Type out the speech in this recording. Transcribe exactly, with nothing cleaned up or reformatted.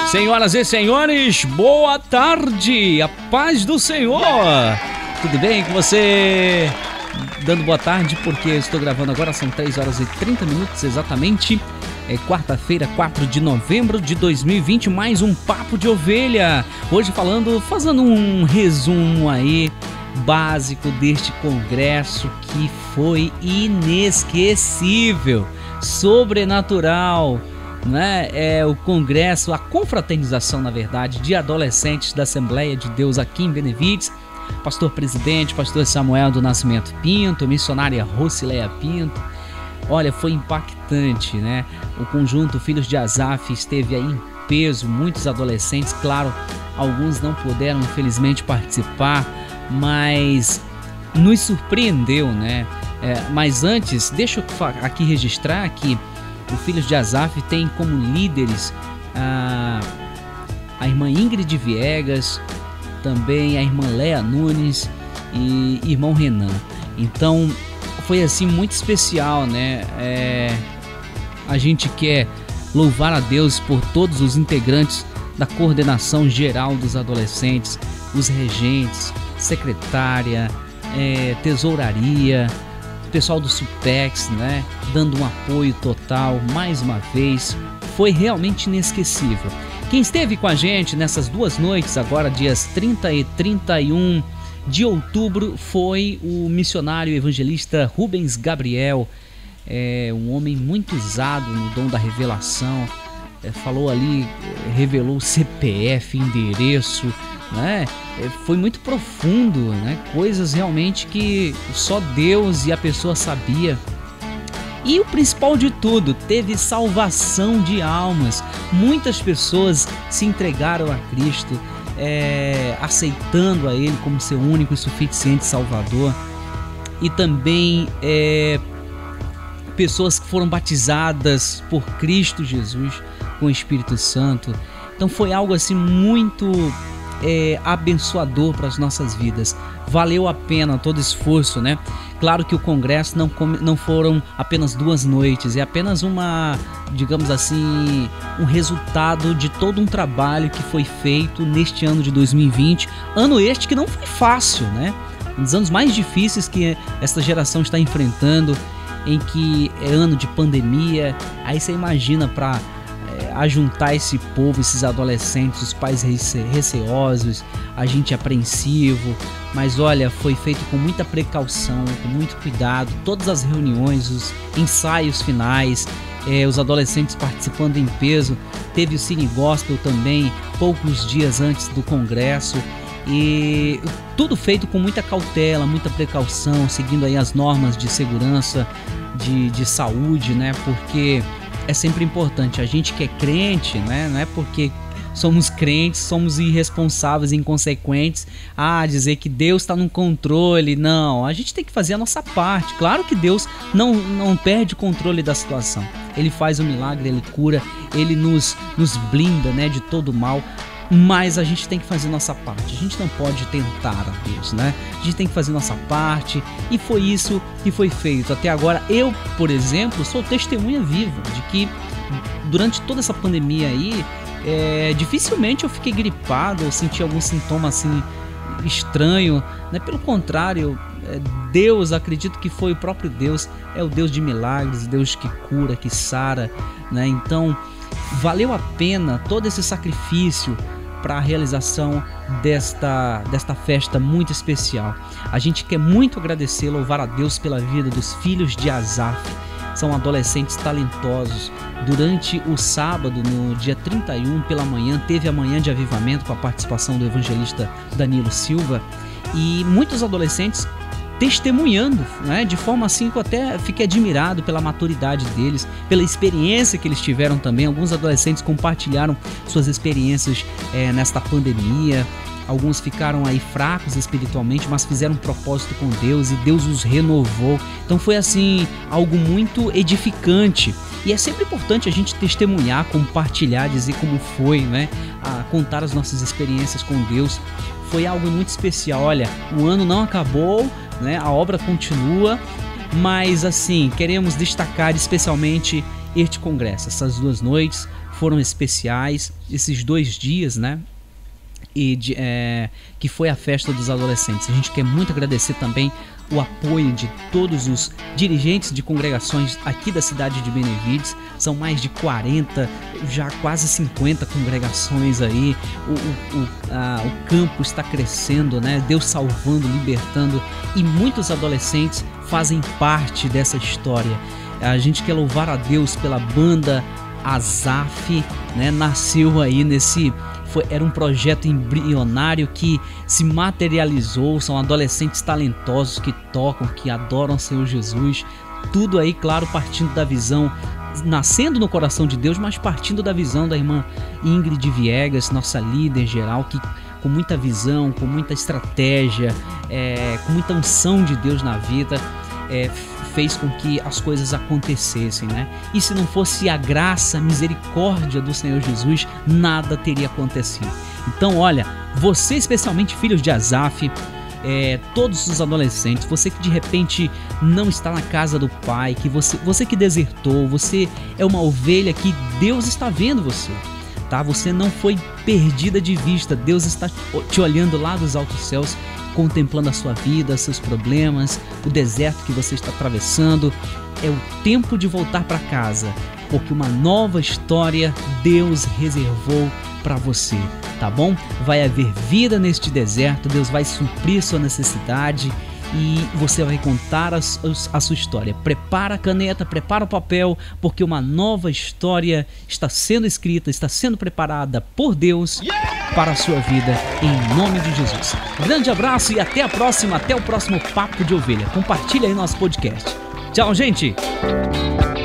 Senhoras e senhores, boa tarde, a paz do Senhor. Tudo bem com você? Dando boa tarde porque eu estou gravando agora, são três horas e trinta minutos exatamente. É quarta-feira, quatro de novembro de dois mil e vinte, mais um Papo de Ovelha. Hoje falando, fazendo um resumo aí básico deste congresso que foi inesquecível, sobrenatural, né? É o congresso, a confraternização, na verdade, de adolescentes da Assembleia de Deus aqui em Benevides. Pastor presidente, pastor Samuel do Nascimento Pinto, missionária Rosileia Pinto. Olha, foi impactante, né? O conjunto Filhos de Asaf esteve aí em peso, muitos adolescentes, claro, alguns não puderam infelizmente participar, mas nos surpreendeu, né? É, mas antes, deixa eu aqui registrar que o Filhos de Asaf tem como líderes a, a irmã Ingrid Viegas, também a irmã Léa Nunes e irmão Renan. Então foi assim muito especial, né? É, a gente quer louvar a Deus por todos os integrantes da coordenação geral dos adolescentes, os regentes, secretária, é, tesouraria, pessoal do Supex, né? Dando um apoio total, mais uma vez, foi realmente inesquecível. Quem esteve com a gente nessas duas noites, agora dias trinta e trinta e um de outubro, foi o missionário evangelista Rubens Gabriel, é, um homem muito usado no dom da revelação, é, falou ali, revelou C P F, endereço, né? É, foi muito profundo, né? Coisas realmente que só Deus e a pessoa sabia. E o principal de tudo, teve salvação de almas. Muitas pessoas se entregaram a Cristo, é, aceitando a Ele como seu único e suficiente Salvador. E também é, pessoas que foram batizadas por Cristo Jesus com o Espírito Santo. Então foi algo assim muito é, abençoador para as nossas vidas. Valeu a pena todo esforço, né? Claro que o congresso não, não foram apenas duas noites, é apenas uma, digamos assim, um resultado de todo um trabalho que foi feito neste ano de dois mil e vinte, ano este que não foi fácil, né? Um dos anos mais difíceis que essa geração está enfrentando, em que é ano de pandemia. Aí você imagina para é, ajuntar esse povo, esses adolescentes, os pais rece receosos, a gente apreensivo, mas olha, foi feito com muita precaução, com muito cuidado, todas as reuniões, os ensaios finais, é, os adolescentes participando em peso, teve o Cine Gospel também, poucos dias antes do congresso, e tudo feito com muita cautela, muita precaução, seguindo aí as normas de segurança, de, de saúde, né? Porque é sempre importante, a gente que é crente, né? Não é porque somos crentes, somos irresponsáveis, inconsequentes, a ah, dizer que Deus está no controle. Não, a gente tem que fazer a nossa parte. Claro que Deus não, não perde o controle da situação. Ele faz o milagre, Ele cura, Ele nos, nos blinda, né, de todo mal. Mas a gente tem que fazer nossa parte, a gente não pode tentar a Deus, né? A gente tem que fazer nossa parte, e foi isso que foi feito. Até agora, eu, por exemplo, sou testemunha viva de que durante toda essa pandemia aí, é, dificilmente eu fiquei gripado ou senti algum sintoma assim estranho, né? Pelo contrário, é, Deus, acredito que foi o próprio Deus, é o Deus de milagres, Deus que cura, que sara, né? Então, valeu a pena todo esse sacrifício para a realização desta, desta festa muito especial. A gente quer muito agradecer, louvar a Deus pela vida dos Filhos de Asaf. São adolescentes talentosos. Durante o sábado, no dia trinta e um, pela manhã, teve a manhã de avivamento com a participação do evangelista Danilo Silva, e muitos adolescentes testemunhando, né? De forma assim que eu até fiquei admirado pela maturidade deles, pela experiência que eles tiveram também. Alguns adolescentes compartilharam suas experiências é, nesta pandemia. Alguns ficaram aí fracos espiritualmente, mas fizeram um propósito com Deus e Deus os renovou. Então foi assim, algo muito edificante. E é sempre importante a gente testemunhar, compartilhar, dizer como foi, né? A contar as nossas experiências com Deus. Foi algo muito especial. Olha, o ano não acabou, né? A obra continua, mas assim, queremos destacar especialmente este congresso. Essas duas noites foram especiais, esses dois dias, né? E de, é, que foi a festa dos adolescentes. A gente quer muito agradecer também o apoio de todos os dirigentes de congregações aqui da cidade de Benevides. São mais de quarenta, já quase cinquenta congregações aí. O, o, o, a, o campo está crescendo, né? Deus salvando, libertando, e muitos adolescentes fazem parte dessa história. A gente quer louvar a Deus pela banda Azaf, né? Nasceu aí nesse... Foi, era um projeto embrionário que se materializou. São adolescentes talentosos que tocam, que adoram o Senhor Jesus. Tudo aí, claro, partindo da visão, nascendo no coração de Deus, mas partindo da visão da irmã Ingrid Viegas, nossa líder geral, que com muita visão, com muita estratégia, é, com muita unção de Deus na vida, é, fez com que as coisas acontecessem, né? E se não fosse a graça, a misericórdia do Senhor Jesus, nada teria acontecido. Então, olha, você, especialmente filhos de Azaf, é, todos os adolescentes, você que de repente não está na casa do Pai, que você, você que desertou, você é uma ovelha que Deus está vendo você, tá? Você não foi perdida de vista. Deus está te olhando lá dos altos céus, contemplando a sua vida, seus problemas, o deserto que você está atravessando. É o tempo de voltar para casa, porque uma nova história Deus reservou para você, tá bom? Vai haver vida neste deserto, Deus vai suprir sua necessidade e você vai contar a, a sua história. Prepara a caneta, prepara o papel, porque uma nova história está sendo escrita, está sendo preparada por Deus para a sua vida, em nome de Jesus. Grande abraço e até a próxima, até o próximo Papo de Ovelha. Compartilha aí nosso podcast. Tchau, gente!